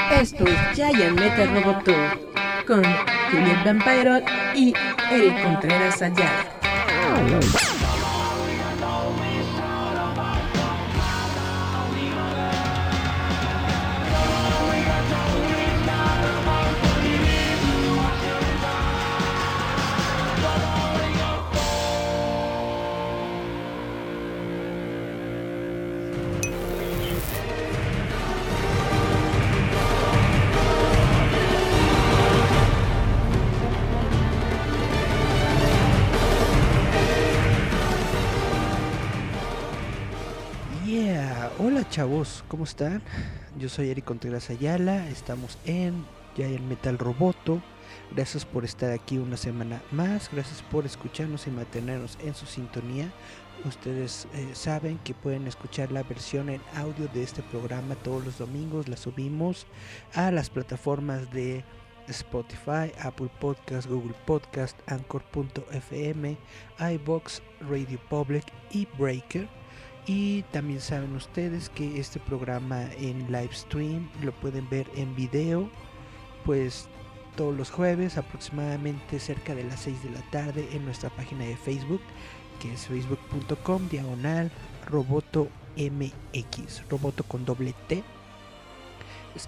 Esto es Giant Metal Roboto con Juliet Vampiro y Eric Contreras Ayala. Hola chavos, ¿cómo están? Yo soy Eric Contreras Ayala, estamos en Giant Metal Roboto. Gracias por estar aquí una semana más, gracias por escucharnos y mantenernos en su sintonía. Ustedes saben que pueden escuchar la versión en audio de este programa todos los domingos. La subimos a las plataformas de Spotify, Apple Podcast, Google Podcast, Anchor.fm, iVoox, Radio Public y Breaker. Y también saben ustedes que este programa en live stream lo pueden ver en video, pues todos los jueves aproximadamente cerca de las 6 de la tarde en nuestra página de Facebook, que es facebook.com/robotomx, roboto con doble T, es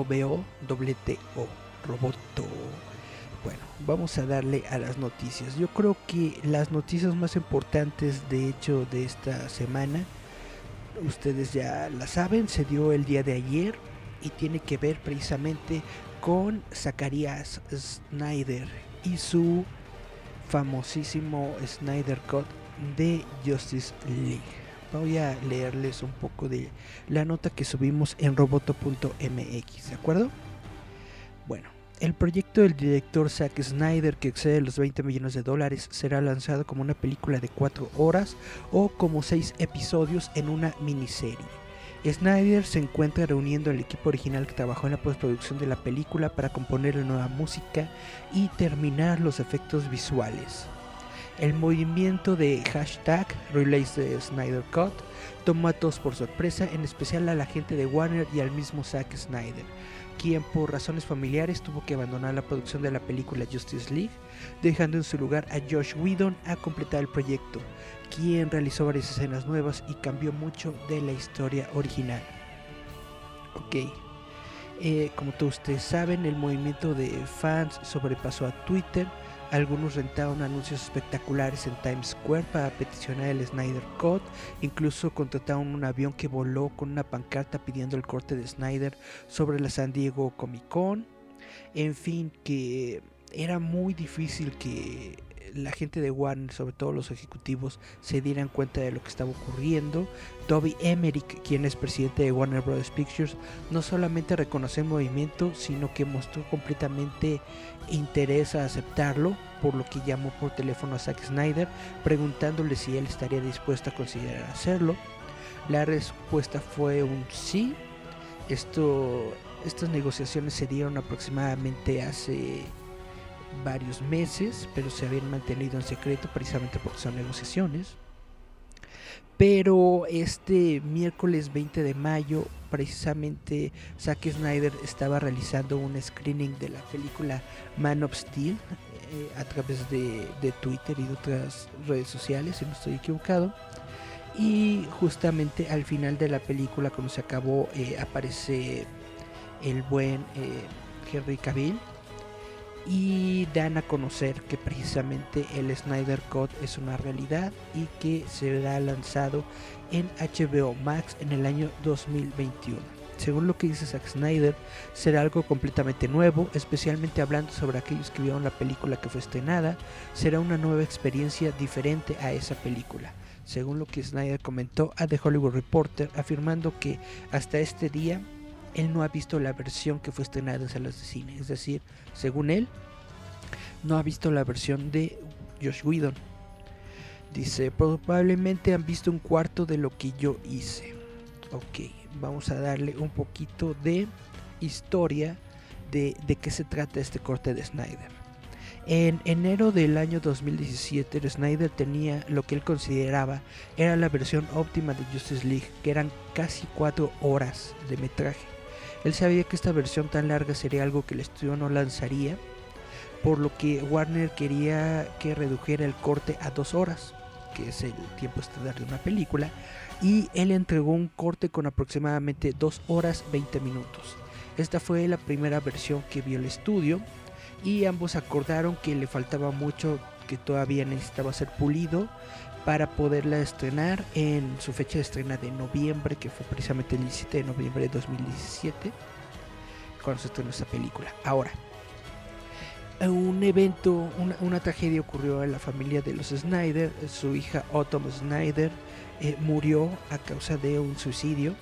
ROBOTO, roboto. Bueno, vamos a darle a las noticias. Yo creo que las noticias más importantes de hecho de esta semana, ustedes ya la saben, se dio el día de ayer y tiene que ver precisamente con Zacharias Snyder y su famosísimo Snyder Cut de Justice League. Voy a leerles un poco de la nota que subimos en roboto.mx, ¿de acuerdo? Bueno, el proyecto del director Zack Snyder, que excede los $20 millones, será lanzado como una película de 4 horas o como 6 episodios en una miniserie. Snyder se encuentra reuniendo al equipo original que trabajó en la postproducción de la película para componer la nueva música y terminar los efectos visuales. El movimiento de hashtag Release the Snyder Cut tomó a todos por sorpresa, en especial a la gente de Warner y al mismo Zack Snyder, quien por razones familiares tuvo que abandonar la producción de la película Justice League, dejando en su lugar a Joss Whedon a completar el proyecto, quien realizó varias escenas nuevas y cambió mucho de la historia original. Como todos ustedes saben, el movimiento de fans sobrepasó a Twitter. Algunos rentaron anuncios espectaculares en Times Square para peticionar el Snyder Cut. Incluso contrataron un avión que voló con una pancarta pidiendo el corte de Snyder sobre la San Diego Comic Con. En fin, que era muy difícil que la gente de Warner, sobre todo los ejecutivos, se dieran cuenta de lo que estaba ocurriendo. Toby Emmerich, quien es presidente de Warner Bros. Pictures, no solamente reconoció el movimiento, sino que mostró completamente interés a aceptarlo, por lo que llamó por teléfono a Zack Snyder preguntándole si él estaría dispuesto a considerar hacerlo. La respuesta fue un sí. Estas negociaciones se dieron aproximadamente hace varios meses, pero se habían mantenido en secreto precisamente porque son negociaciones. Pero este miércoles 20 de mayo, precisamente Zack Snyder estaba realizando un screening de la película Man of Steel a través de Twitter y de otras redes sociales, si no estoy equivocado. Y justamente al final de la película, cuando se acabó, aparece el buen Henry Cavill y dan a conocer que precisamente el Snyder Cut es una realidad y que será lanzado en HBO Max en el año 2021. Según lo que dice Zack Snyder, será algo completamente nuevo, especialmente hablando sobre aquellos que vieron la película que fue estrenada. Será una nueva experiencia diferente a esa película, según lo que Snyder comentó a The Hollywood Reporter, afirmando que hasta este día él no ha visto la versión que fue estrenada en salas de cine. Es decir, según él, no ha visto la versión de Joss Whedon. Dice, probablemente han visto un cuarto de lo que yo hice. Vamos a darle un poquito de historia de qué se trata este corte de Snyder. En enero del año 2017, Snyder tenía lo que él consideraba era la versión óptima de Justice League, que eran casi 4 horas de metraje. Él sabía que esta versión tan larga sería algo que el estudio no lanzaría, por lo que Warner quería que redujera el corte a 2 horas, que es el tiempo estándar de una película, y él entregó un corte con aproximadamente 2 horas 20 minutos. Esta fue la primera versión que vio el estudio y ambos acordaron que le faltaba mucho, que todavía necesitaba ser pulido para poderla estrenar en su fecha de estrena de noviembre, que fue precisamente el 17 de noviembre de 2017, cuando se estrenó esa película. Ahora, un evento, una tragedia ocurrió en la familia de los Snyder. Su hija Autumn Snyder murió a causa de un suicidio.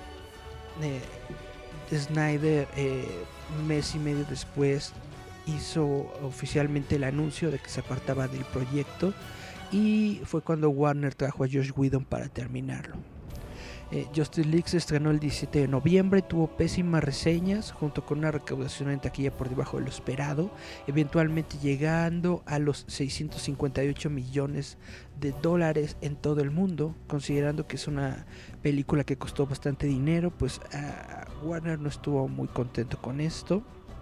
Snyder, un mes y medio después, hizo oficialmente el anuncio de que se apartaba del proyecto, y fue cuando Warner trajo a Joss Whedon para terminarlo. Justice League se estrenó el 17 de noviembre, tuvo pésimas reseñas, junto con una recaudación en taquilla por debajo de lo esperado, eventualmente llegando a los 658 millones de dólares en todo el mundo. Considerando que es una película que costó bastante dinero, pues Warner no estuvo muy contento con esto.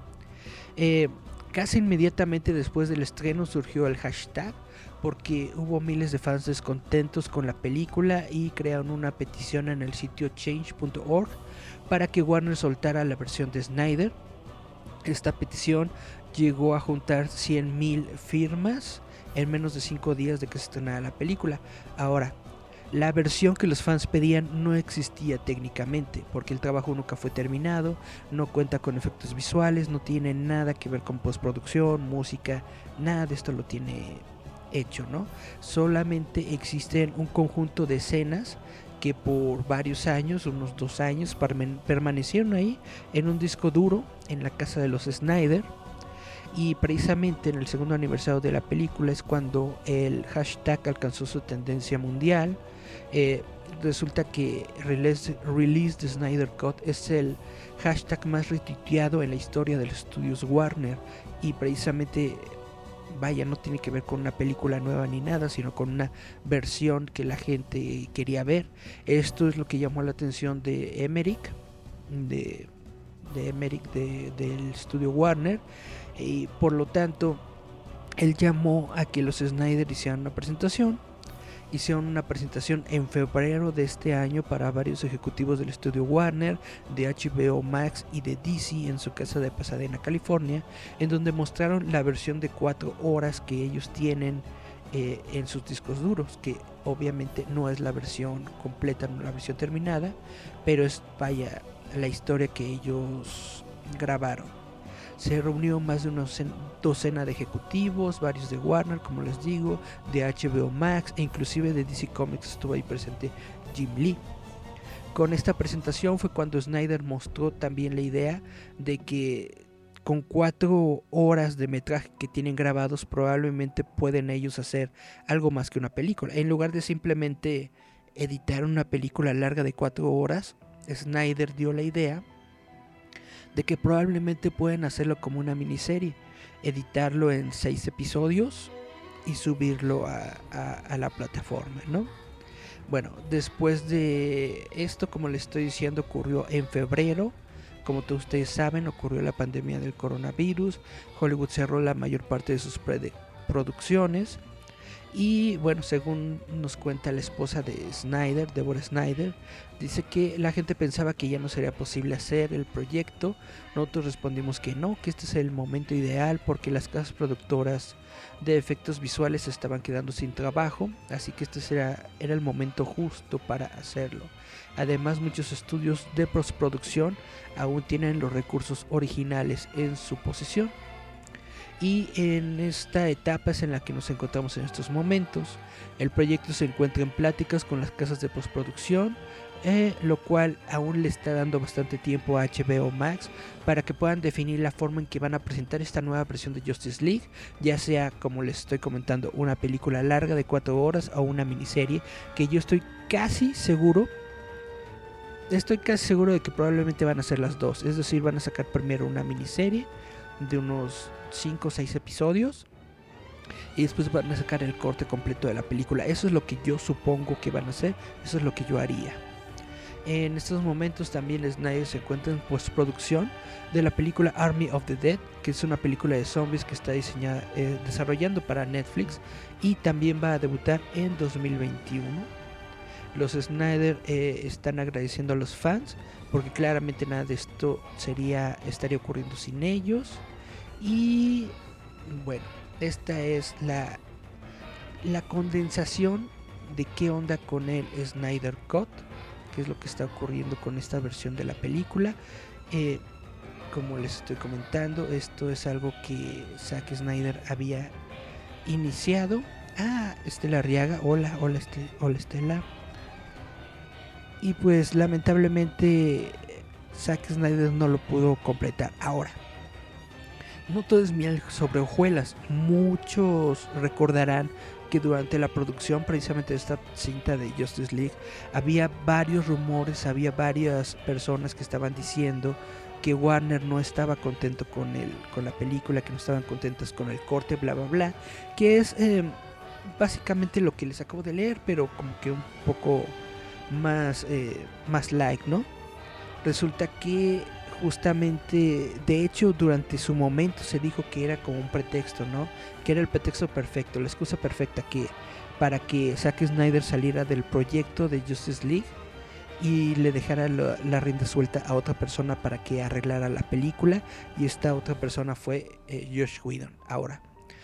Casi inmediatamente después del estreno surgió el hashtag, porque hubo miles de fans descontentos con la película y crearon una petición en el sitio change.org para que Warner soltara la versión de Snyder. Esta petición llegó a juntar 100,000 firmas en menos de 5 días de que se estrenara la película. Ahora, la versión que los fans pedían no existía técnicamente, porque el trabajo nunca fue terminado, no cuenta con efectos visuales, no tiene nada que ver con postproducción, música, nada de esto lo tiene hecho, ¿no? Solamente existen un conjunto de escenas que por varios años, unos 2 años, permanecieron ahí en un disco duro en la casa de los Snyder. Y precisamente en el segundo aniversario de la película es cuando el hashtag alcanzó su tendencia mundial. Resulta que Release the Snyder Cut es el hashtag más retuiteado en la historia de los estudios Warner, y precisamente, vaya, no tiene que ver con una película nueva ni nada, sino con una versión que la gente quería ver. Esto es lo que llamó la atención de Emmerich, del estudio Warner, y por lo tanto él llamó a que los Snyder hicieran una presentación. Hicieron una presentación en febrero de este año para varios ejecutivos del estudio Warner, de HBO Max y de DC en su casa de Pasadena, California, en donde mostraron la versión de 4 horas que ellos tienen en sus discos duros, que obviamente no es la versión completa, no la versión terminada, pero es, vaya, la historia que ellos grabaron. Se reunió más de una docena de ejecutivos, varios de Warner, como les digo, de HBO Max e inclusive de DC Comics estuvo ahí presente Jim Lee. Con esta presentación fue cuando Snyder mostró también la idea de que con 4 horas de metraje que tienen grabados, probablemente pueden ellos hacer algo más que una película. En lugar de simplemente editar una película larga de 4 horas, Snyder dio la idea de que probablemente pueden hacerlo como una miniserie, editarlo en 6 episodios y subirlo a la plataforma, ¿no? Bueno, después de esto, como les estoy diciendo, ocurrió en febrero. Como todos ustedes saben, ocurrió la pandemia del coronavirus. Hollywood cerró la mayor parte de sus producciones. Y bueno, según nos cuenta la esposa de Snyder, Deborah Snyder, dice que la gente pensaba que ya no sería posible hacer el proyecto. Nosotros respondimos que no, que este es el momento ideal porque las casas productoras de efectos visuales se estaban quedando sin trabajo, así que este era el momento justo para hacerlo. Además, muchos estudios de postproducción aún tienen los recursos originales en su posesión. Y en esta etapa es en la que nos encontramos en estos momentos. El proyecto se encuentra en pláticas con las casas de postproducción, lo cual aún le está dando bastante tiempo a HBO Max para que puedan definir la forma en que van a presentar esta nueva versión de Justice League, ya sea, como les estoy comentando, una película larga de 4 horas o una miniserie, que yo estoy casi seguro de que probablemente van a ser las dos. Es decir, van a sacar primero una miniserie de unos 5 o 6 episodios y después van a sacar el corte completo de la película. Eso es lo que yo supongo que van a hacer, eso es lo que yo haría. En estos momentos también Snyder se encuentra en postproducción de la película Army of the Dead, que es una película de zombies que está desarrollando para Netflix y también va a debutar en 2021. Los Snyder están agradeciendo a los fans porque claramente nada de esto estaría ocurriendo sin ellos. Y bueno, esta es la condensación de qué onda con el Snyder Cut, qué es lo que está ocurriendo con esta versión de la película. Como les estoy comentando, esto es algo que Zack Snyder había iniciado. Estela Arriaga, hola Estela. Y pues lamentablemente Zack Snyder no lo pudo completar. Ahora, no todo es miel sobre hojuelas. Muchos recordarán que durante la producción precisamente de esta cinta de Justice League había varios rumores, había varias personas que estaban diciendo que Warner no estaba contento con la película, que no estaban contentos con el corte, bla bla bla, que es básicamente lo que les acabo de leer, pero como que un poco más light, ¿no? Resulta que justamente, de hecho, durante su momento se dijo que era como un pretexto, ¿no? Que era el pretexto perfecto, la excusa perfecta para que Zack Snyder saliera del proyecto de Justice League y le dejara la rienda suelta a otra persona para que arreglara la película, y esta otra persona fue Joss Whedon. Ahora,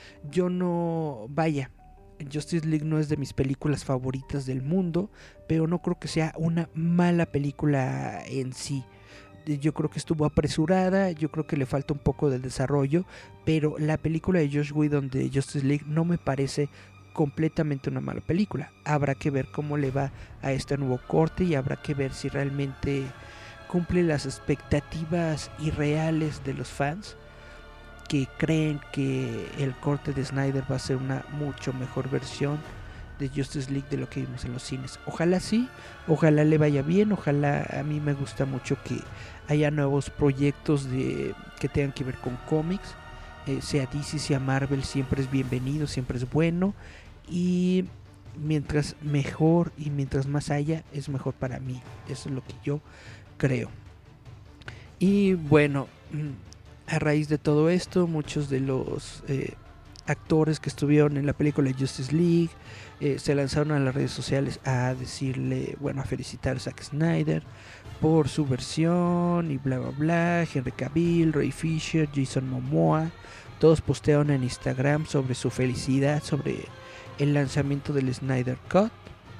Justice League no es de mis películas favoritas del mundo, pero no creo que sea una mala película en sí. Yo creo que estuvo apresurada, yo creo que le falta un poco de desarrollo, pero la película de Joss Whedon de Justice League no me parece completamente una mala película. Habrá que ver cómo le va a este nuevo corte y habrá que ver si realmente cumple las expectativas irreales de los fans, que creen que el corte de Snyder va a ser una mucho mejor versión de Justice League de lo que vimos en los cines. Ojalá sí, ojalá le vaya bien, ojalá. A mí me gusta mucho que haya nuevos proyectos que tengan que ver con cómics, sea DC, sea Marvel, siempre es bienvenido, siempre es bueno, y mientras mejor y mientras más haya, es mejor para mí. Eso es lo que yo creo. Y bueno, a raíz de todo esto, muchos de los actores que estuvieron en la película de Justice League se lanzaron a las redes sociales a decirle, bueno, a felicitar a Zack Snyder por su versión y bla bla bla. Henry Cavill, Ray Fisher, Jason Momoa, todos postearon en Instagram sobre su felicidad sobre el lanzamiento del Snyder Cut.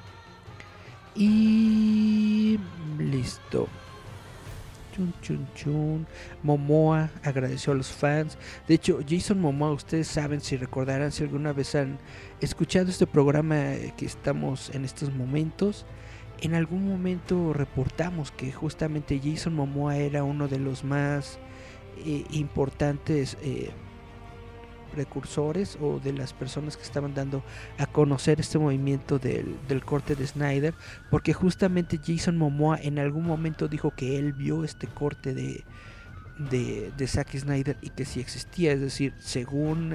Y listo. Chun, chun, chun. Momoa agradeció a los fans. De hecho, Jason Momoa, ustedes saben, si recordarán, si alguna vez han escuchado este programa que estamos en estos momentos, en algún momento reportamos que justamente Jason Momoa era uno de los más importantes precursores o de las personas que estaban dando a conocer este movimiento del corte de Snyder, porque justamente Jason Momoa en algún momento dijo que él vio este corte de Zack Snyder y que sí existía. Es decir, según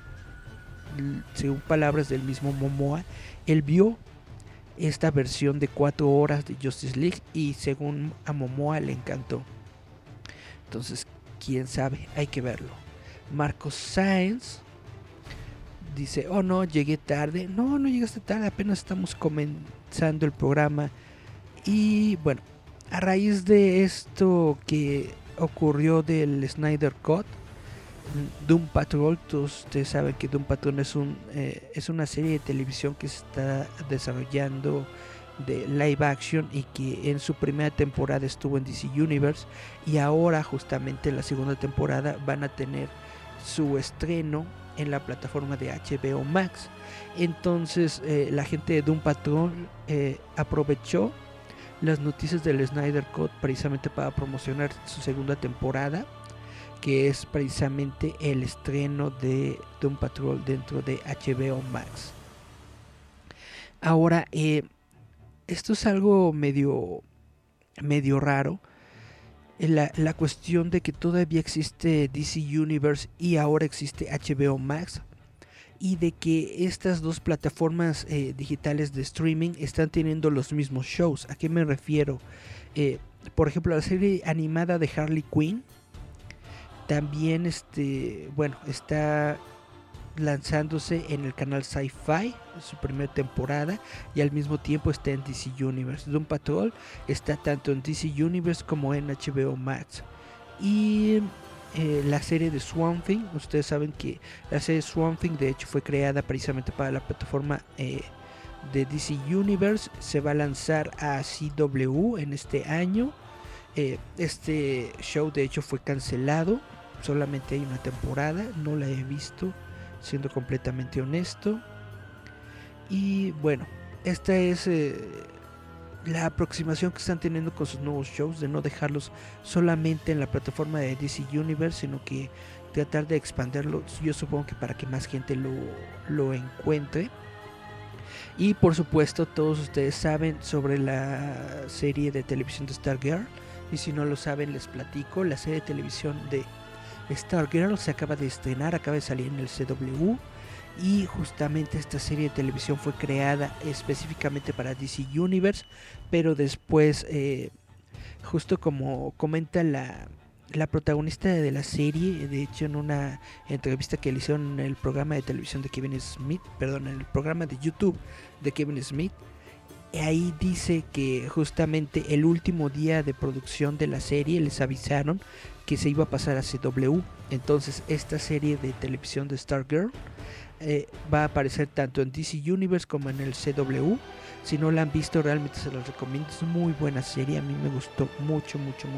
palabras del mismo Momoa, él vio esta versión de 4 horas de Justice League y según a Momoa le encantó. Entonces, quién sabe, hay que verlo. Marcos Sáenz dice, oh no, llegué tarde. No llegaste tarde, apenas estamos comenzando el programa. Y bueno, a raíz de esto que ocurrió del Snyder Cut, Doom Patrol, ustedes saben que Doom Patrol es una serie de televisión que se está desarrollando de live action y que en su primera temporada estuvo en DC Universe, y ahora justamente en la segunda temporada van a tener su estreno en la plataforma de HBO Max. Entonces la gente de Doom Patrol aprovechó las noticias del Snyder Cut precisamente para promocionar su segunda temporada, que es precisamente el estreno de Doom Patrol dentro de HBO Max. Ahora, esto es algo medio raro. La cuestión de que todavía existe DC Universe y ahora existe HBO Max, y de que estas dos plataformas digitales de streaming están teniendo los mismos shows. ¿A qué me refiero? Por ejemplo, la serie animada de Harley Quinn también está lanzándose en el canal Sci-Fi, su primera temporada, y al mismo tiempo está en DC Universe. Doom Patrol está tanto en DC Universe como en HBO Max. Y la serie de Swamp Thing, ustedes saben que la serie Swamp Thing de hecho fue creada precisamente para la plataforma de DC Universe. Se va a lanzar a CW en este año. Este show de hecho fue cancelado, solamente hay una temporada, no la he visto, siendo completamente honesto. Y bueno, esta es la aproximación que están teniendo con sus nuevos shows, de no dejarlos solamente en la plataforma de DC Universe, sino que tratar de expandirlo, yo supongo que para que más gente lo encuentre. Y por supuesto todos ustedes saben sobre la serie de televisión de Stargirl, y si no lo saben les platico. La serie de televisión de Stargirl se acaba de estrenar, acaba de salir en el CW, y justamente esta serie de televisión fue creada específicamente para DC Universe, pero después, justo como comenta la protagonista de la serie, de hecho en una entrevista que le hicieron en el programa de televisión de Kevin Smith, perdón, en el programa de YouTube de Kevin Smith, ahí dice que justamente el último día de producción de la serie les avisaron que se iba a pasar a CW. Entonces esta serie de televisión de Stargirl va a aparecer tanto en DC Universe como en el CW. Si no la han visto, realmente se los recomiendo, es muy buena serie, a mí me gustó mucho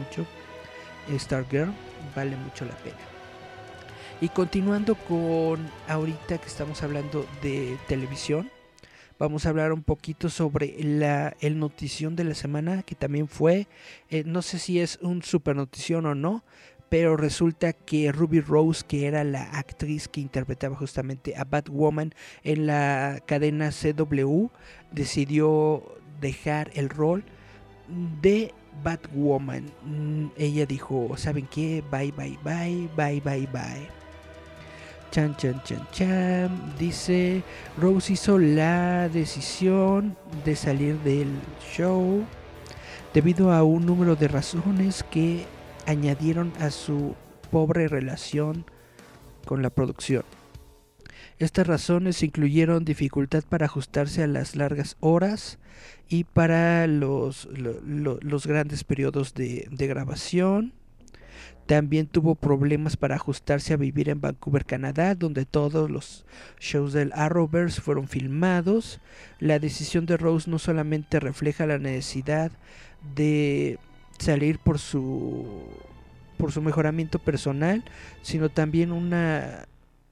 Stargirl, vale mucho la pena. Y continuando con ahorita que estamos hablando de televisión, vamos a hablar un poquito sobre el notición de la semana, que también fue, no sé si es un super notición o no, pero resulta que Ruby Rose, que era la actriz que interpretaba justamente a Batwoman en la cadena CW, decidió dejar el rol de Batwoman. Ella dijo, ¿saben qué? Bye. Chan. Dice, Rose hizo la decisión de salir del show debido a un número de razones que añadieron a su pobre relación con la producción. Estas razones incluyeron dificultad para ajustarse a las largas horas y para los grandes periodos de grabación. También tuvo problemas para ajustarse a vivir en Vancouver, Canadá, donde todos los shows del Arrowverse fueron filmados. La decisión de Rose no solamente refleja la necesidad de salir por su mejoramiento personal, sino también una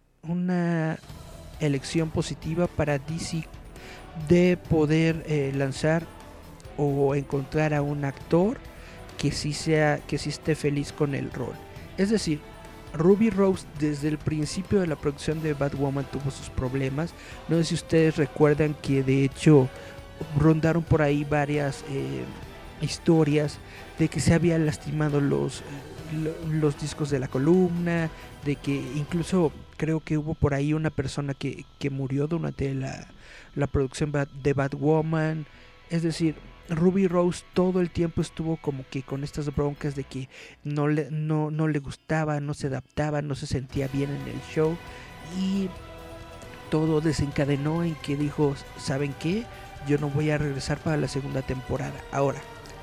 elección positiva para DC de poder lanzar o encontrar a un actor que sí esté feliz con el rol. Es decir, Ruby Rose desde el principio de la producción de Batwoman tuvo sus problemas. No sé si ustedes recuerdan que de hecho rondaron por ahí varias historias de que se habían lastimado los discos de la columna, de que incluso creo que hubo por ahí una persona que murió durante la producción de Batwoman. Es decir, Ruby Rose todo el tiempo estuvo como que con estas broncas de que no le gustaba, no se adaptaba, no se sentía bien en el show, y todo desencadenó en que dijo, ¿saben qué? Yo no voy a regresar para la segunda temporada. Ahora,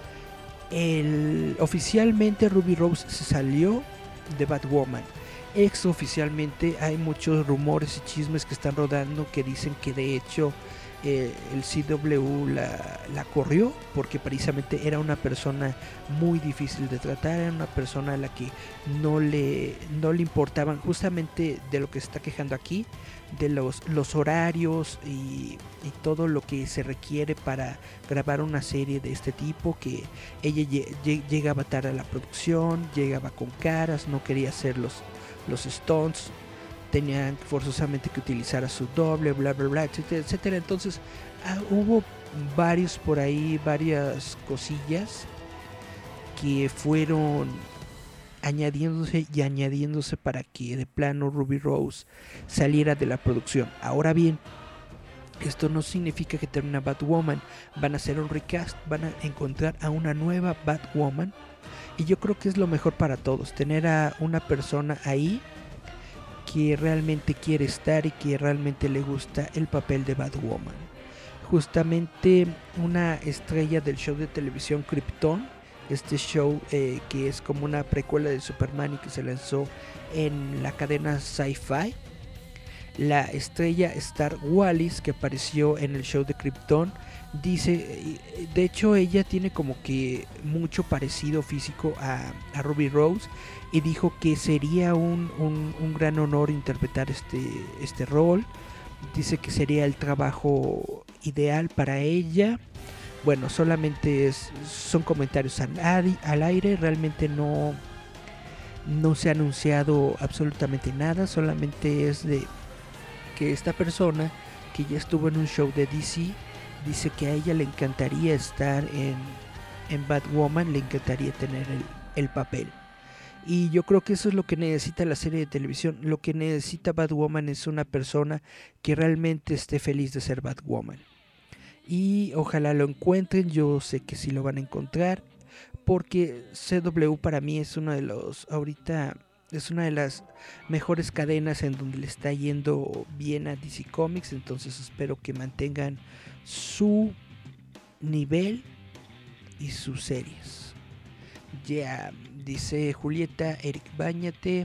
oficialmente Ruby Rose se salió de Batwoman. Exoficialmente hay muchos rumores y chismes que están rodando que dicen que de hecho el CW la corrió porque precisamente era una persona muy difícil de tratar, era una persona a la que no le importaban justamente de lo que se está quejando aquí, de los horarios y todo lo que se requiere para grabar una serie de este tipo, que ella llegaba tarde a la producción, llegaba con caras, no quería hacer los stunts, tenían forzosamente que utilizar a su doble, bla, etcétera. Entonces hubo varias cosillas que fueron añadiéndose para que de plano Ruby Rose saliera de la producción. Ahora bien, esto no significa que termina Batwoman. Van a hacer un recast, van a encontrar a una nueva Batwoman. Y yo creo que es lo mejor para todos, tener a una persona ahí que realmente quiere estar y que realmente le gusta el papel de Batwoman. Justamente una estrella del show de televisión Krypton, este show que es como una precuela de Superman y que se lanzó en la cadena Sci-Fi. La estrella Star Wallis, que apareció en el show de Krypton, dice, de hecho ella tiene como que mucho parecido físico a Ruby Rose, y dijo que sería un gran honor interpretar este rol. Dice que sería el trabajo ideal para ella. Bueno, solamente son comentarios al aire, realmente no se ha anunciado absolutamente nada, solamente es de que esta persona que ya estuvo en un show de DC dice que a ella le encantaría estar en Batwoman, le encantaría tener el papel. Y yo creo que eso es lo que necesita la serie de televisión. Lo que necesita Batwoman es una persona que realmente esté feliz de ser Batwoman. Y ojalá lo encuentren, yo sé que sí lo van a encontrar, porque CW para mí es uno de los, ahorita es una de las mejores cadenas en donde le está yendo bien a DC Comics. Entonces espero que mantengan su nivel y sus series. Ya, dice Julieta, Eric, báñate.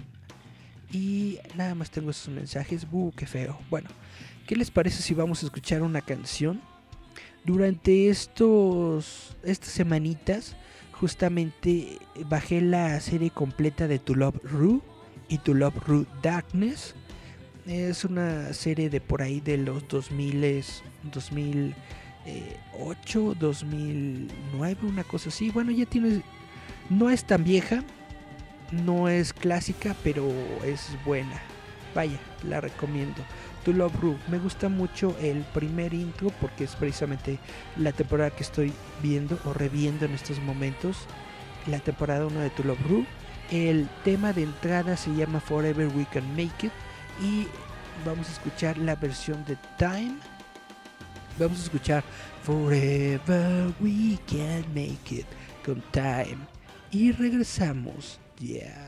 Y nada más tengo esos mensajes. Qué feo. Bueno, ¿qué les parece si vamos a escuchar una canción? Durante estas semanitas justamente bajé la serie completa de To Love Ru y To Love Ru Darkness. Es una serie de por ahí de los 2008, 2009, una cosa así. Bueno, ya no es tan vieja, no es clásica, pero es buena. Vaya, la recomiendo. To Love Ru, me gusta mucho el primer intro porque es precisamente la temporada que estoy viendo o reviendo en estos momentos, la temporada 1 de To Love Ru. El tema de entrada se llama Forever We Can Make It y vamos a escuchar la versión de Time. Vamos a escuchar Forever We Can Make It con Time y regresamos ya.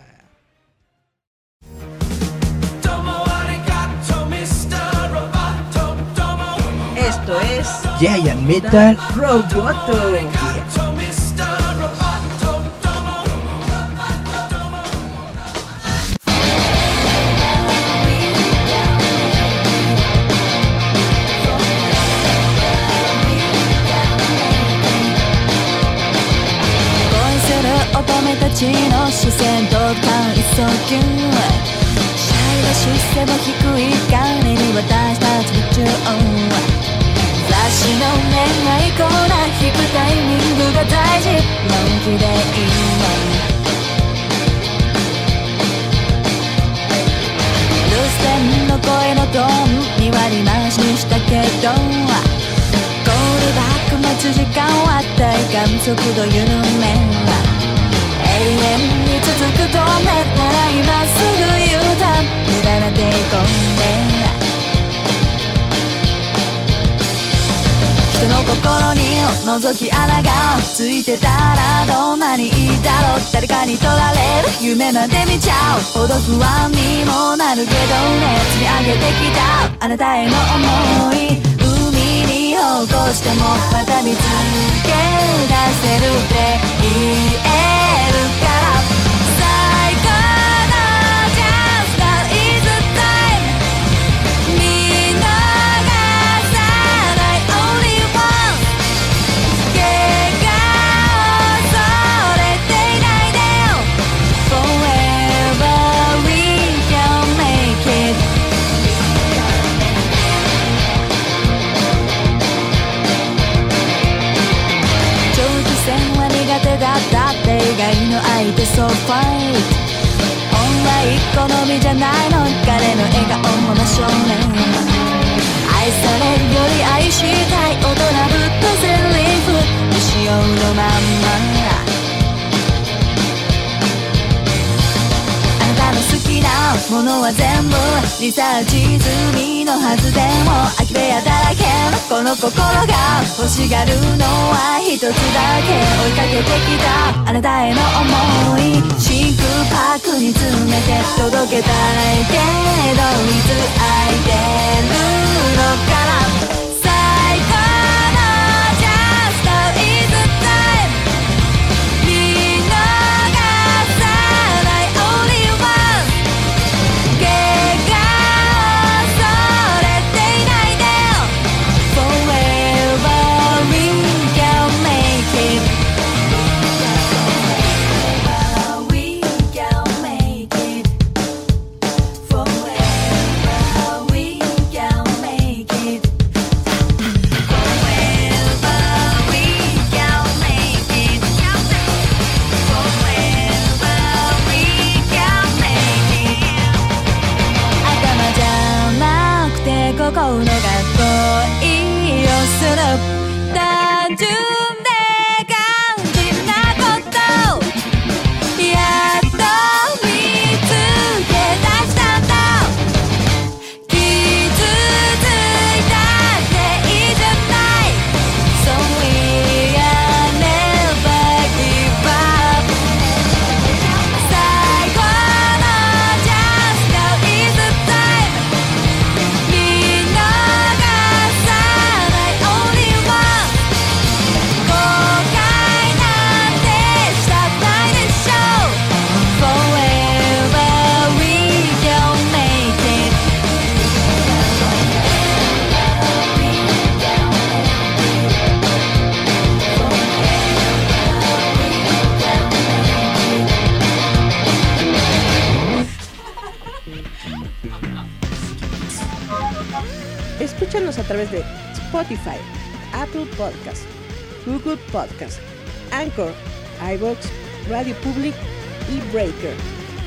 Esto es Giant Metal Roboto. Yeah. 覗き穴がついてたらどんなにいいだろう。誰かに取られる夢まで見ちゃうほど不安にもなるけどね。積み上げてきたあなたへの想い海に落としてもまた見つけ出せるって言えるから最高のチャンスが is the time 見逃さない only oneだったって以外の相手 So fight 本来好みじゃないの彼の笑顔も真正面愛されるより愛したい大人ぶったセリフ未使用のまんまものは全部リサーチ済みのはずでも空き部屋だらけのこの心が欲しがるのは一つだけ追いかけてきたあなたへの想い真空パックに詰めて届けたいけどいつ空いてるのかな最高の Just now is the time 見逃さない Only one 怪我を恐れていないで Forever we can make it Forever we can make it Forever we can make it Forever we can make it Forever we can make it 頭じゃなくて心が恋をする単純で肝心なことやっと見つけ出したんだ傷ついたっていいじゃない So we are never give up 最後の Just now is the time 見逃さない Only one 後悔なんてしたくないでしょ Forever we can make it Escúchanos a través de Spotify, Apple Podcast, Google Podcast, Anchor, iVoox, Radio Public y Breaker.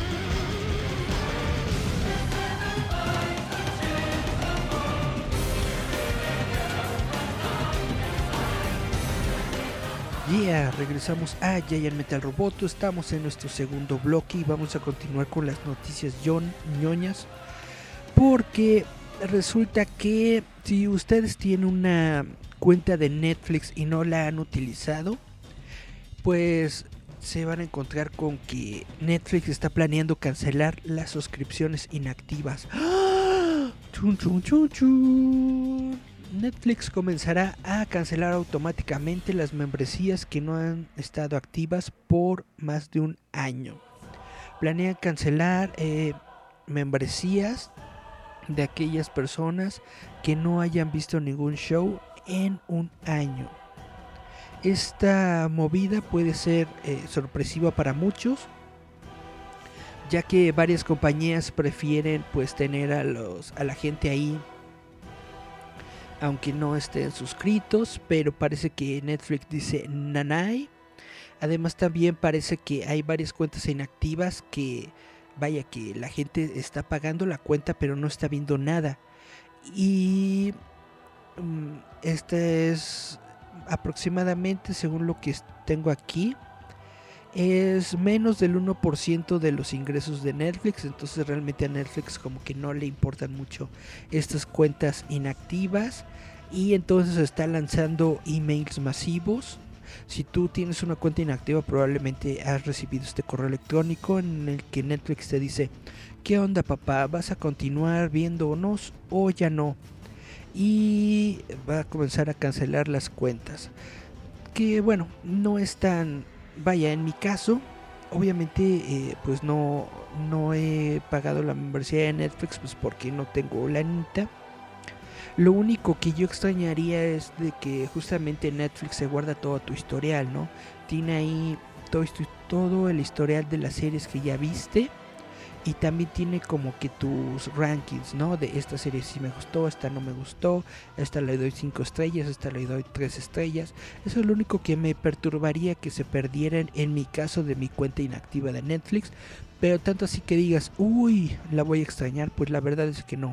Yeah, regresamos a Giant Metal Roboto. Estamos en nuestro segundo bloque y vamos a continuar con las noticias ñoñas. Porque resulta que si ustedes tienen una cuenta de Netflix y no la han utilizado, pues se van a encontrar con que Netflix está planeando cancelar las suscripciones inactivas. ¡Ah! ¡Chun, chun, chun, chun! Netflix comenzará a cancelar automáticamente las membresías que no han estado activas por más de un año. Planean cancelar membresías de aquellas personas que no hayan visto ningún show en un año. Esta movida puede ser sorpresiva para muchos, ya que varias compañías prefieren pues tener a la gente ahí aunque no estén suscritos, pero parece que Netflix dice nanay. Además también parece que hay varias cuentas inactivas que vaya que la gente está pagando la cuenta pero no está viendo nada. Y este es aproximadamente, según lo que tengo aquí, es menos del 1% de los ingresos de Netflix. Entonces realmente a Netflix como que no le importan mucho estas cuentas inactivas, y entonces está lanzando emails masivos. Si tú tienes una cuenta inactiva, probablemente has recibido este correo electrónico en el que Netflix te dice: ¿qué onda, papá? ¿Vas a continuar viéndonos o ya no? Y va a comenzar a cancelar las cuentas, que bueno, no es tan... Vaya, en mi caso, obviamente pues no he pagado la membresía de Netflix, pues porque no tengo lanita. Lo único que yo extrañaría es de que justamente Netflix se guarda todo tu historial, ¿no? Tiene ahí todo el historial de las series que ya viste, y también tiene como que tus rankings, ¿no? De esta serie sí me gustó, esta no me gustó, esta le doy 5 estrellas, esta le doy 3 estrellas. Eso es lo único que me perturbaría, que se perdieran en mi caso de mi cuenta inactiva de Netflix. Pero tanto así que digas, uy, la voy a extrañar, pues la verdad es que no.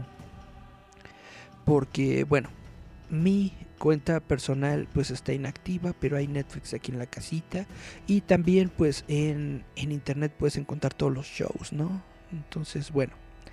Porque bueno, mi cuenta personal pues está inactiva, pero hay Netflix aquí en la casita, y también pues en internet puedes encontrar todos los shows, ¿no? Entonces bueno,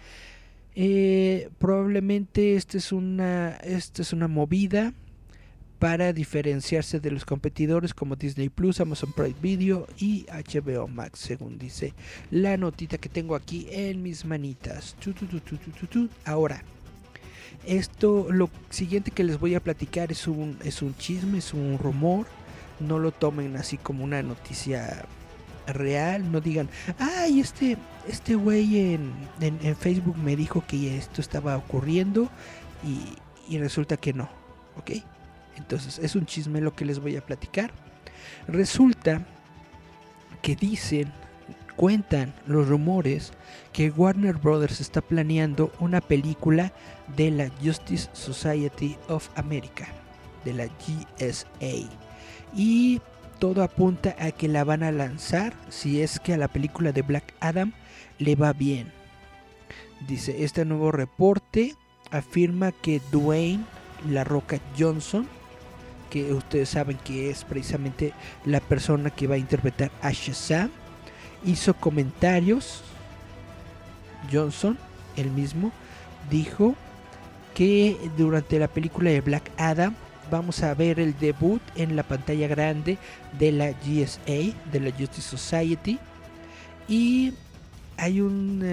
Probablemente esta es una movida para diferenciarse de los competidores como Disney Plus, Amazon Prime Video y HBO Max, según dice la notita que tengo aquí en mis manitas. Ahora, lo siguiente que les voy a platicar es un chisme, es un rumor. No lo tomen así como una noticia real. No digan, ay, este güey en Facebook me dijo que esto estaba ocurriendo y resulta que no, ¿ok? Entonces es un chisme lo que les voy a platicar. Resulta que cuentan los rumores que Warner Brothers está planeando una película de la Justice Society of America, de la GSA, y todo apunta a que la van a lanzar si es que a la película de Black Adam le va bien. Dice, este nuevo reporte afirma que Dwayne La Roca Johnson, que ustedes saben que es precisamente la persona que va a interpretar a Shazam, hizo comentarios. Johnson, él mismo, dijo que durante la película de Black Adam vamos a ver el debut en la pantalla grande de la GSA, de la Justice Society, y hay un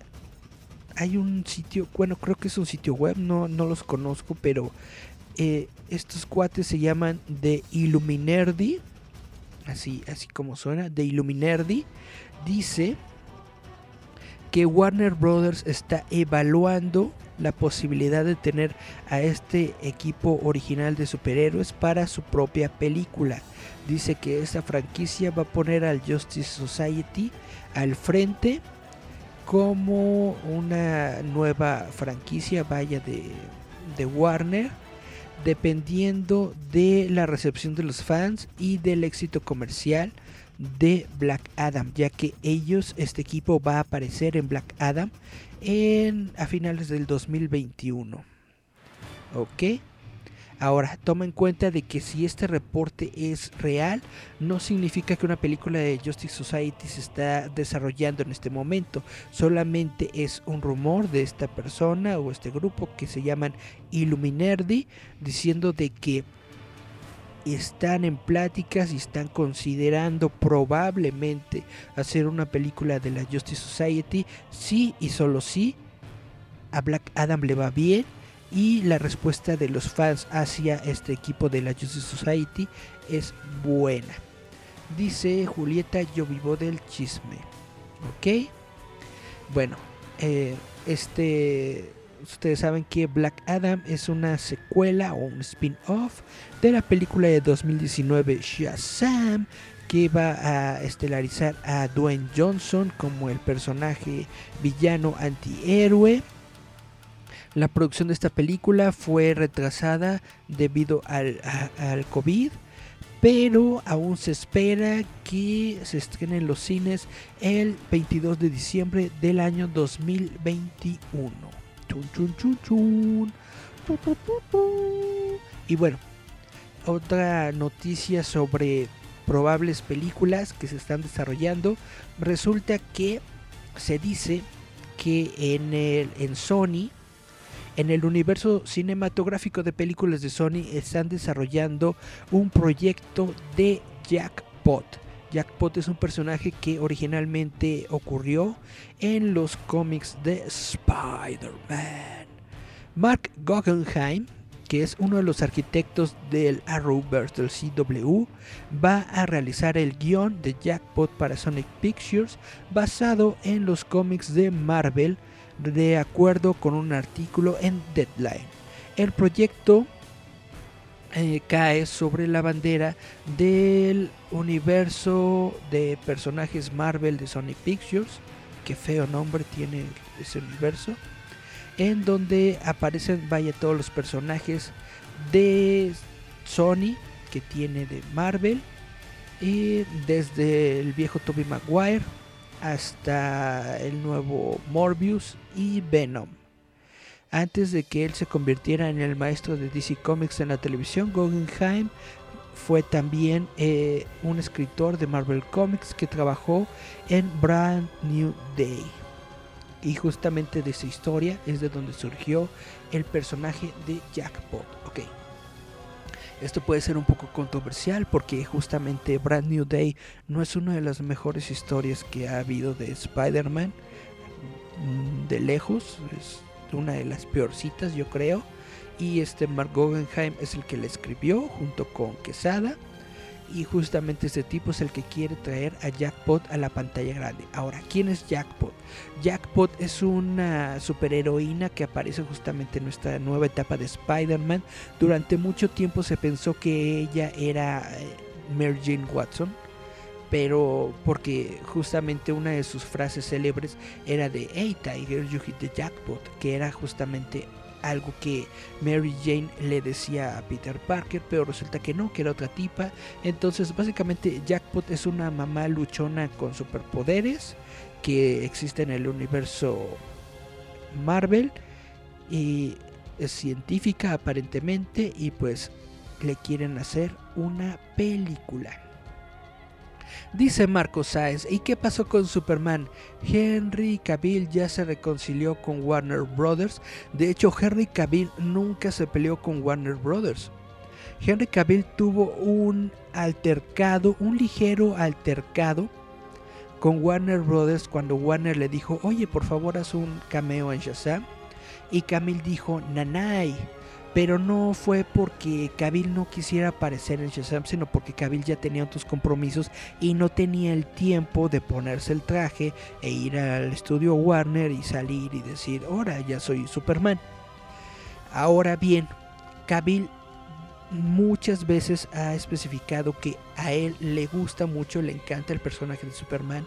sitio, bueno, creo que es un sitio web, no los conozco, pero estos cuates se llaman The Illuminerdi, así como suena, The Illuminerdi. Dice que Warner Brothers está evaluando la posibilidad de tener a este equipo original de superhéroes para su propia película. Dice que esta franquicia va a poner al Justice Society al frente como una nueva franquicia, vaya, de Warner, dependiendo de la recepción de los fans y del éxito comercial de Black Adam, ya que este equipo va a aparecer en Black Adam a finales del 2021. Ok, ahora toma en cuenta de que si este reporte es real, no significa que una película de Justice Society se está desarrollando en este momento. Solamente es un rumor de esta persona o este grupo que se llaman Illuminerdi, diciendo de que están en pláticas y están considerando probablemente hacer una película de la Justice Society si y solo si a Black Adam le va bien y la respuesta de los fans hacia este equipo de la Justice Society es buena. Dice Julieta, yo vivo del chisme. Ok, bueno, ustedes saben que Black Adam es una secuela o un spin-off de la película de 2019 Shazam, que va a estelarizar a Dwayne Johnson como el personaje villano antihéroe. La producción de esta película fue retrasada debido al COVID, pero aún se espera que se estrene en los cines el 22 de diciembre del año 2021. Y bueno, otra noticia sobre probables películas que se están desarrollando. Resulta que se dice que en Sony, en el universo cinematográfico de películas de Sony, están desarrollando un proyecto de Jackpot. Jackpot es un personaje que originalmente ocurrió en los cómics de Spider-Man. Mark Guggenheim, que es uno de los arquitectos del Arrowverse del CW, va a realizar el guión de Jackpot para Sonic Pictures basado en los cómics de Marvel, de acuerdo con un artículo en Deadline. El proyecto cae sobre la bandera del universo de personajes Marvel de Sonic Pictures. Qué feo nombre tiene ese universo, en donde aparecen todos los personajes de Sony que tiene de Marvel, y desde el viejo Tobey Maguire hasta el nuevo Morbius y Venom. Antes de que él se convirtiera en el maestro de DC Comics en la televisión, Guggenheim fue también un escritor de Marvel Comics que trabajó en Brand New Day. Y justamente de esa historia es de donde surgió el personaje de Jackpot. Ok. Esto puede ser un poco controversial porque justamente Brand New Day no es una de las mejores historias que ha habido de Spider-Man. De lejos, es una de las peorcitas, yo creo. Y Mark Guggenheim es el que la escribió junto con Quesada. Y justamente este tipo es el que quiere traer a Jackpot a la pantalla grande. Ahora, ¿quién es Jackpot? Jackpot es una superheroína que aparece justamente en nuestra nueva etapa de Spider-Man. Durante mucho tiempo se pensó que ella era Mary Jane Watson, pero porque justamente una de sus frases célebres era de "Hey Tiger, you hit the jackpot", que era justamente algo que Mary Jane le decía a Peter Parker, pero resulta que no, que era otra tipa. Entonces básicamente Jackpot es una mamá luchona con superpoderes que existe en el universo Marvel y es científica aparentemente, y pues le quieren hacer una película. Dice Marco Sáez, ¿y qué pasó con Superman? Henry Cavill ya se reconcilió con Warner Brothers. De hecho, Henry Cavill nunca se peleó con Warner Brothers. Henry Cavill tuvo un ligero altercado con Warner Brothers cuando Warner le dijo, oye, por favor haz un cameo en Shazam. Y Cavill dijo, nanay. Pero no fue porque Cavill no quisiera aparecer en Shazam, sino porque Cavill ya tenía otros compromisos y no tenía el tiempo de ponerse el traje e ir al estudio Warner y salir y decir, ahora ya soy Superman. Ahora bien, Cavill muchas veces ha especificado que a él le gusta mucho, le encanta el personaje de Superman.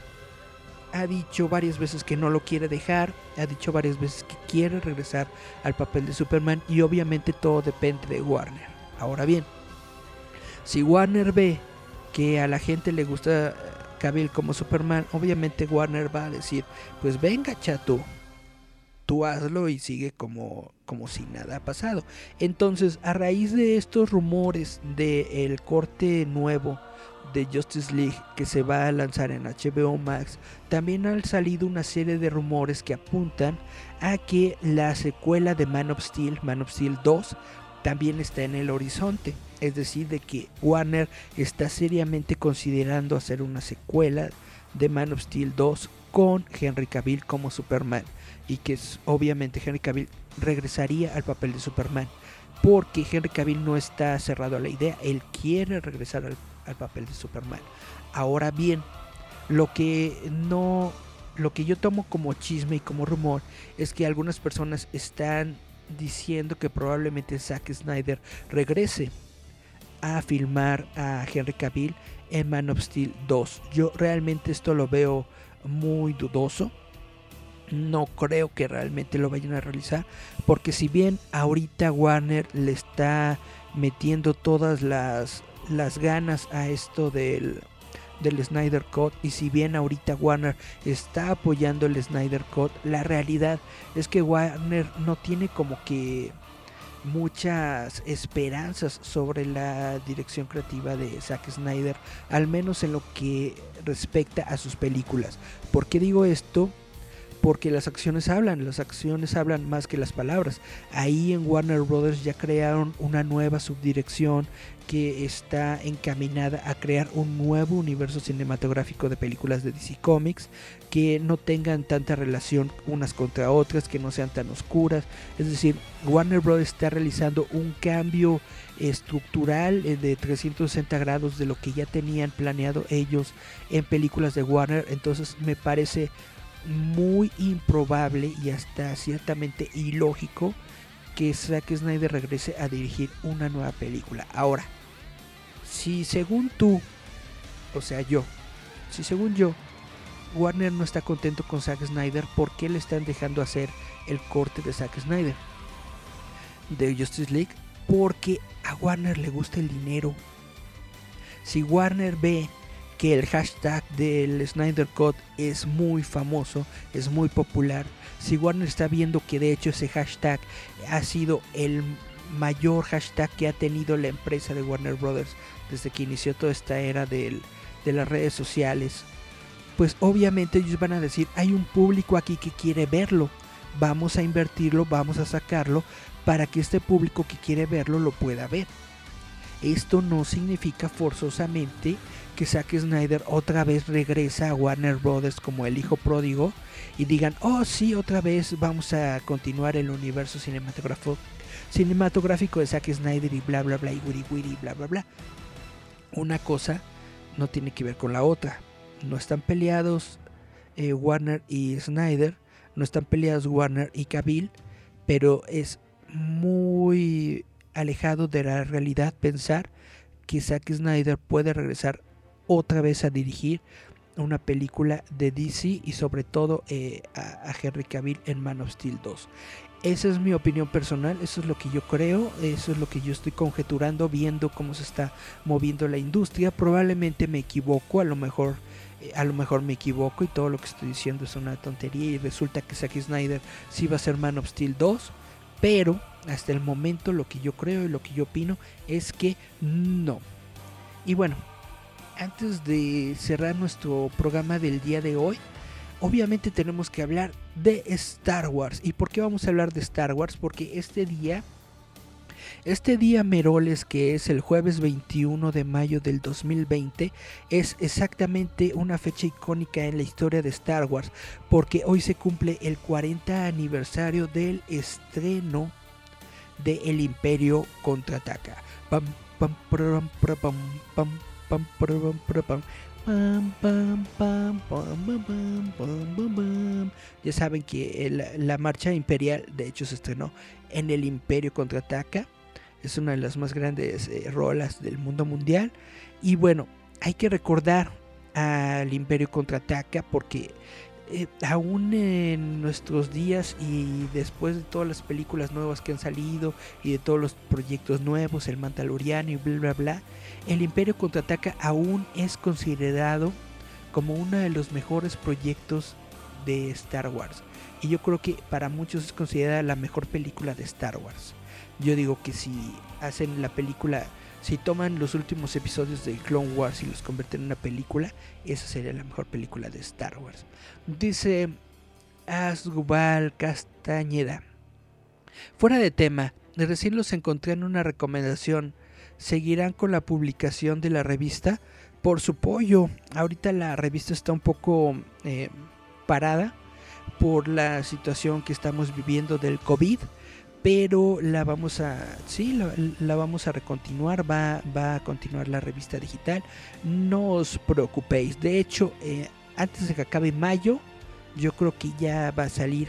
Ha dicho varias veces que no lo quiere dejar, ha dicho varias veces que quiere regresar al papel de Superman, y obviamente todo depende de Warner. Ahora bien, si Warner ve que a la gente le gusta Cavill como Superman, obviamente Warner va a decir, pues venga chato, tú hazlo y sigue como si nada ha pasado. Entonces, a raíz de estos rumores del corte nuevo de Justice League que se va a lanzar en HBO Max, también han salido una serie de rumores que apuntan a que la secuela de Man of Steel 2, también está en el horizonte. Es decir, de que Warner está seriamente considerando hacer una secuela de Man of Steel 2 con Henry Cavill como Superman, y que obviamente Henry Cavill regresaría al papel de Superman, porque Henry Cavill no está cerrado a la idea, él quiere regresar al papel de Superman. Ahora bien, lo que yo tomo como chisme y como rumor es que algunas personas están diciendo que probablemente Zack Snyder regrese a filmar a Henry Cavill en Man of Steel 2. Yo realmente esto lo veo muy dudoso. No creo que realmente lo vayan a realizar, porque si bien ahorita Warner le está metiendo todas las ganas a esto del Snyder Cut, y si bien ahorita Warner está apoyando el Snyder Cut, la realidad es que Warner no tiene como que muchas esperanzas sobre la dirección creativa de Zack Snyder, al menos en lo que respecta a sus películas. ¿Por qué digo esto? Porque las acciones hablan más que las palabras. Ahí en Warner Brothers ya crearon una nueva subdirección que está encaminada a crear un nuevo universo cinematográfico de películas de DC Comics, que no tengan tanta relación unas contra otras, que no sean tan oscuras. Es decir, Warner Brothers está realizando un cambio estructural de 360 grados de lo que ya tenían planeado ellos en películas de Warner. Entonces me parece muy improbable y hasta ciertamente ilógico que Zack Snyder regrese a dirigir una nueva película. Ahora, si según yo, Warner no está contento con Zack Snyder, ¿por qué le están dejando hacer el corte de Zack Snyder de Justice League? Porque a Warner le gusta el dinero. Si Warner ve que el hashtag del Snyder Cut es muy famoso, es muy popular, si Warner está viendo que de hecho ese hashtag ha sido el mayor hashtag que ha tenido la empresa de Warner Brothers desde que inició toda esta era de las redes sociales, pues obviamente ellos van a decir, hay un público aquí que quiere verlo, vamos a invertirlo, vamos a sacarlo para que este público que quiere verlo lo pueda ver. Esto no significa forzosamente que Zack Snyder otra vez regresa a Warner Brothers como el hijo pródigo y digan, oh sí, otra vez vamos a continuar el universo cinematográfico de Zack Snyder y bla bla bla y wiri wiri bla bla bla. Una cosa no tiene que ver con la otra. No están peleados Warner y Snyder, no están peleados Warner y Cavill, pero es muy alejado de la realidad pensar que Zack Snyder puede regresar otra vez a dirigir una película de DC y sobre todo a Henry Cavill en Man of Steel 2. Esa es mi opinión personal, eso es lo que yo creo, eso es lo que yo estoy conjeturando, viendo cómo se está moviendo la industria. Probablemente me equivoco, a lo mejor me equivoco y todo lo que estoy diciendo es una tontería y resulta que Zack Snyder sí va a ser Man of Steel 2, pero hasta el momento lo que yo creo y lo que yo opino es que no. Y bueno, antes de cerrar nuestro programa del día de hoy, obviamente tenemos que hablar de Star Wars. ¿Y por qué vamos a hablar de Star Wars? Porque este día Meroles, que es el jueves 21 de mayo del 2020, es exactamente una fecha icónica en la historia de Star Wars, porque hoy se cumple el 40 aniversario del estreno de El Imperio Contraataca. Pam, pam, pam, pam, pam, pam, pam, pam, pam. Pam, pam, pam, pam, pam, pam, pam, pam. Ya saben que la marcha imperial de hecho se estrenó en El Imperio Contraataca. Es una de las más grandes rolas del mundo mundial. Y bueno, hay que recordar al Imperio Contraataca porque aún en nuestros días y después de todas las películas nuevas que han salido y de todos los proyectos nuevos, el Mandaloriano y bla bla bla, el Imperio Contraataca aún es considerado como uno de los mejores proyectos de Star Wars. Y yo creo que para muchos es considerada la mejor película de Star Wars. Yo digo que si hacen la película, si toman los últimos episodios de Clone Wars y los convierten en una película, esa sería la mejor película de Star Wars. Dice Asgubal Castañeda: fuera de tema, recién los encontré en una recomendación. ¿Seguirán con la publicación de la revista? Por su pollo. Ahorita la revista está un poco parada por la situación que estamos viviendo del COVID, pero la vamos a recontinuar, va a continuar la revista digital, no os preocupéis. De hecho, antes de que acabe mayo, yo creo que ya va a salir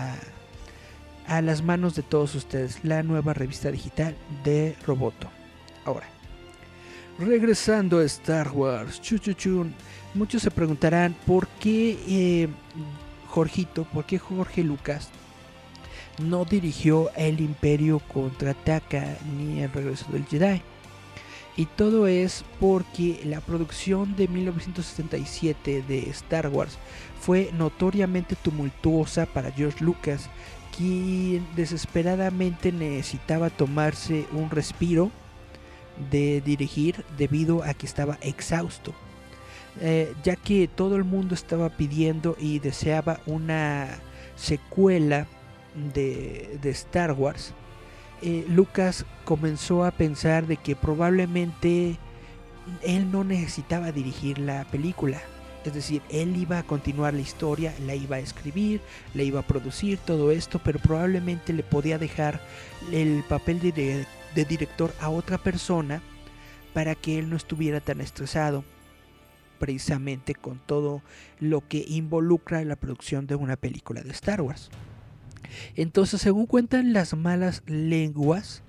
a las manos de todos ustedes la nueva revista digital de Roboto. Ahora, regresando a Star Wars, muchos se preguntarán por qué por qué Jorge Lucas no dirigió El Imperio Contraataca ni El Regreso del Jedi. Y todo es porque la producción de 1977 de Star Wars fue notoriamente tumultuosa para George Lucas, quien desesperadamente necesitaba tomarse un respiro de dirigir debido a que estaba exhausto, ya que todo el mundo estaba pidiendo y deseaba una secuela de Star Wars. Lucas comenzó a pensar de que probablemente él no necesitaba dirigir la película, es decir, él iba a continuar la historia, la iba a escribir, la iba a producir, todo esto, pero probablemente le podía dejar el papel de director a otra persona para que él no estuviera tan estresado precisamente con todo lo que involucra la producción de una película de Star Wars. Entonces, según cuentan las malas lenguas,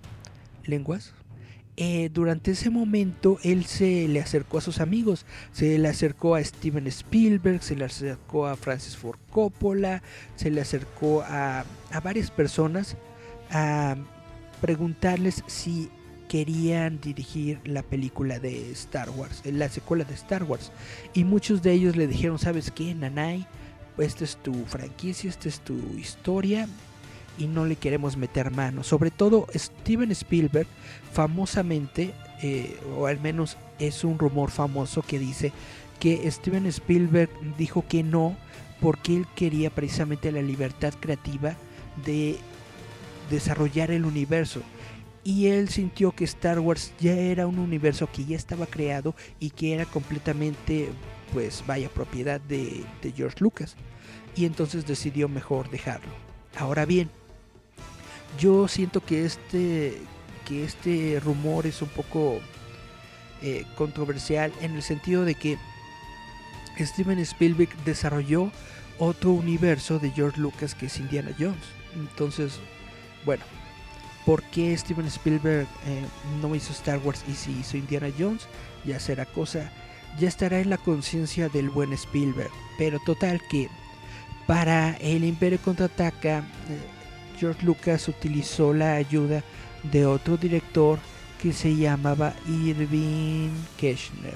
durante ese momento él se le acercó a sus amigos, se le acercó a Steven Spielberg, se le acercó a Francis Ford Coppola, se le acercó a varias personas a preguntarles si querían dirigir la película de Star Wars, la secuela de Star Wars, y muchos de ellos le dijeron: ¿sabes qué, Nanay? Esta es tu franquicia, esta es tu historia y no le queremos meter mano. Sobre todo Steven Spielberg famosamente, o al menos es un rumor famoso que dice que Steven Spielberg dijo que no, porque él quería precisamente la libertad creativa de desarrollar el universo. Y él sintió que Star Wars ya era un universo que ya estaba creado y que era completamente, pues vaya, propiedad de George Lucas. Y entonces decidió mejor dejarlo. Ahora bien, yo siento que este rumor es un poco controversial, en el sentido de que Steven Spielberg desarrolló otro universo de George Lucas, que es Indiana Jones. Entonces, bueno, ¿por qué Steven Spielberg no hizo Star Wars y sí hizo Indiana Jones? Ya será cosa, ya estará en la conciencia del buen Spielberg. Pero total que para El Imperio Contraataca, George Lucas utilizó la ayuda de otro director que se llamaba Irving Kershner.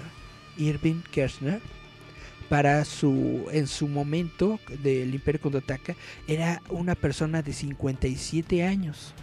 En su momento del Imperio Contraataca, era una persona de 57 años.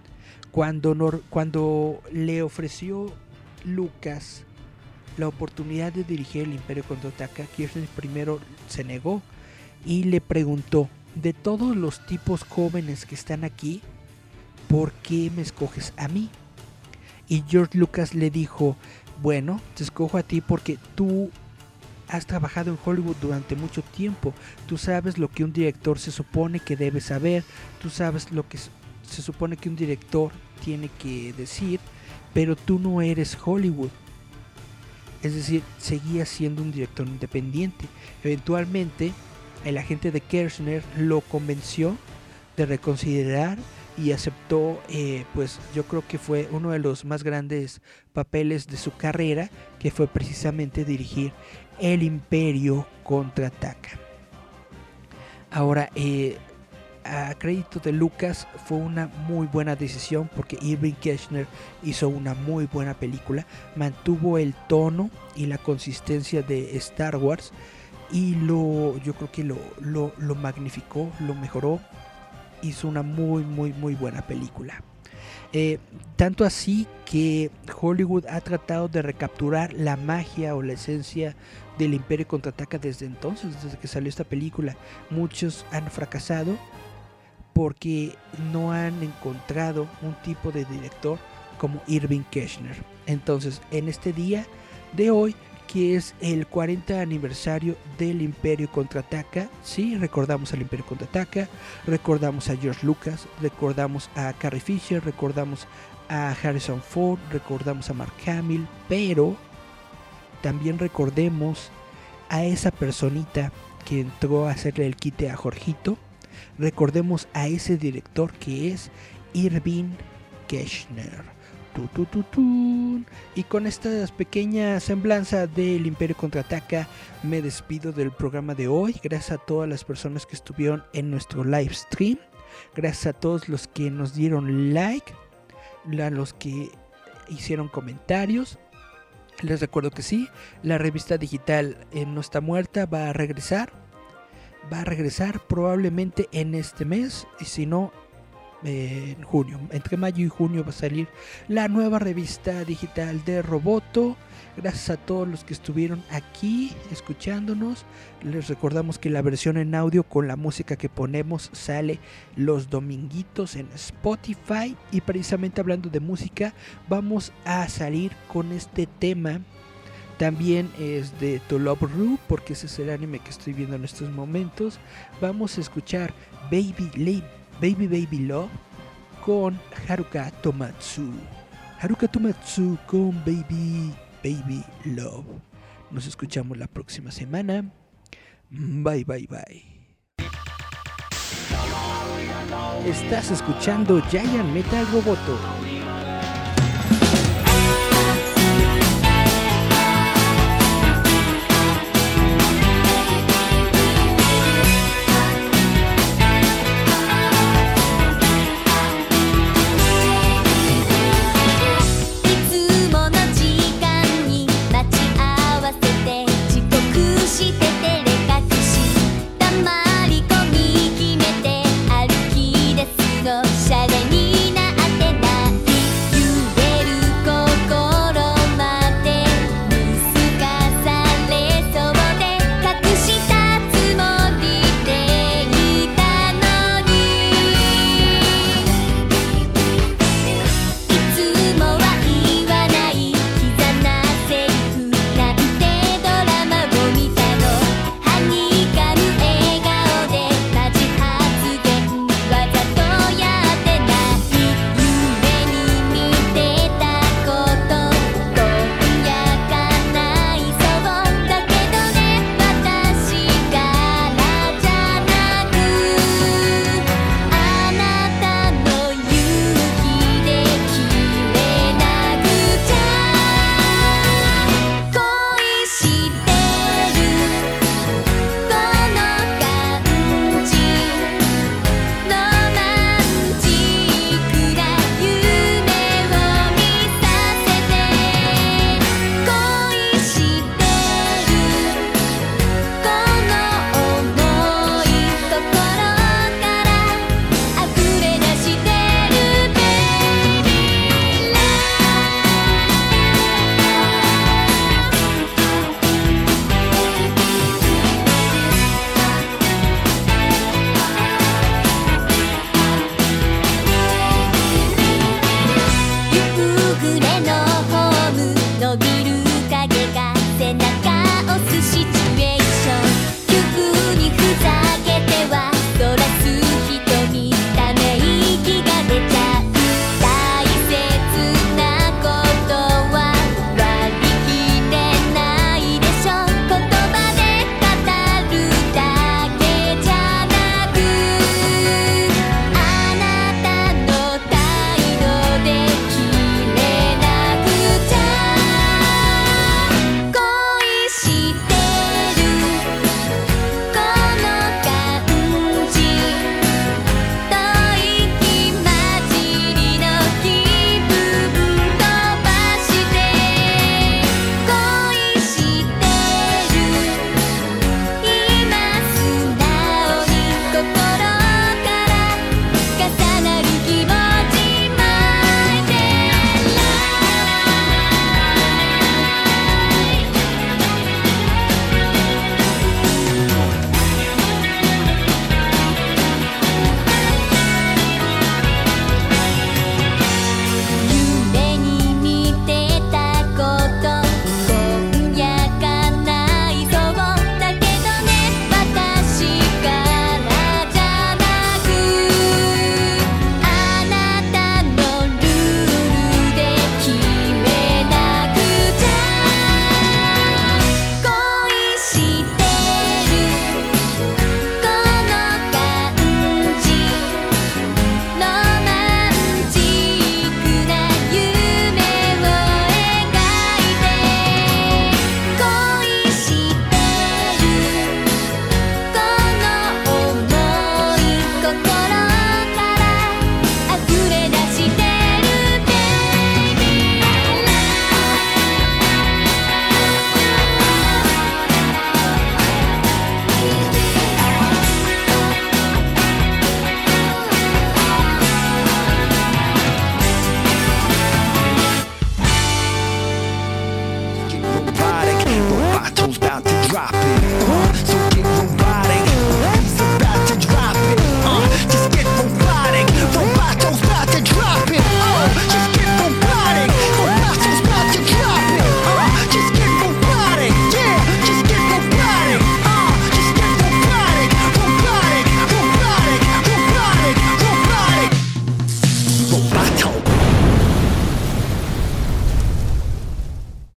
Cuando le ofreció Lucas la oportunidad de dirigir el Imperio Contraataca, Kershner primero se negó y le preguntó: de todos los tipos jóvenes que están aquí, ¿por qué me escoges a mí? Y George Lucas le dijo: bueno, te escojo a ti porque tú has trabajado en Hollywood durante mucho tiempo. Tú sabes lo que un director se supone que debe saber. Tú sabes lo que se supone que un director tiene que decir. Pero tú no eres Hollywood. Es decir, seguías siendo un director independiente. Eventualmente, el agente de Kershner lo convenció de reconsiderar y aceptó, pues yo creo que fue uno de los más grandes papeles de su carrera, que fue precisamente dirigir El Imperio Contraataca. Ahora, a crédito de Lucas, fue una muy buena decisión, porque Irving Kershner hizo una muy buena película, mantuvo el tono y la consistencia de Star Wars y yo creo que lo magnificó, lo mejoró. Hizo una muy buena película. Tanto así que Hollywood ha tratado de recapturar la magia o la esencia del Imperio Contraataca desde entonces, desde que salió esta película. Muchos han fracasado porque no han encontrado un tipo de director como Irving Kershner. Entonces, en este día de hoy, que es el 40 aniversario del Imperio Contraataca, sí, recordamos al Imperio Contraataca, recordamos a George Lucas, recordamos a Carrie Fisher, recordamos a Harrison Ford, recordamos a Mark Hamill, pero también recordemos a esa personita que entró a hacerle el quite a Jorgito. Recordemos a ese director que es Irving Kershner. Y con esta pequeña semblanza del Imperio Contraataca me despido del programa de hoy. Gracias a todas las personas que estuvieron en nuestro live stream. Gracias a todos los que nos dieron like, a los que hicieron comentarios. Les recuerdo que sí, la revista digital no está muerta, va a regresar probablemente en este mes, y si no, en junio. Entre mayo y junio va a salir la nueva revista digital de Roboto. Gracias a todos los que estuvieron aquí escuchándonos. Les recordamos que la versión en audio con la música que ponemos sale los dominguitos en Spotify. Y precisamente hablando de música, vamos a salir con este tema. También es de To Love Ru, porque ese es el anime que estoy viendo en estos momentos. Vamos a escuchar Baby Love con Haruka Tomatsu. Haruka Tomatsu con Baby Love. Nos escuchamos la próxima semana. Bye. Estás escuchando Giant Metal Roboto.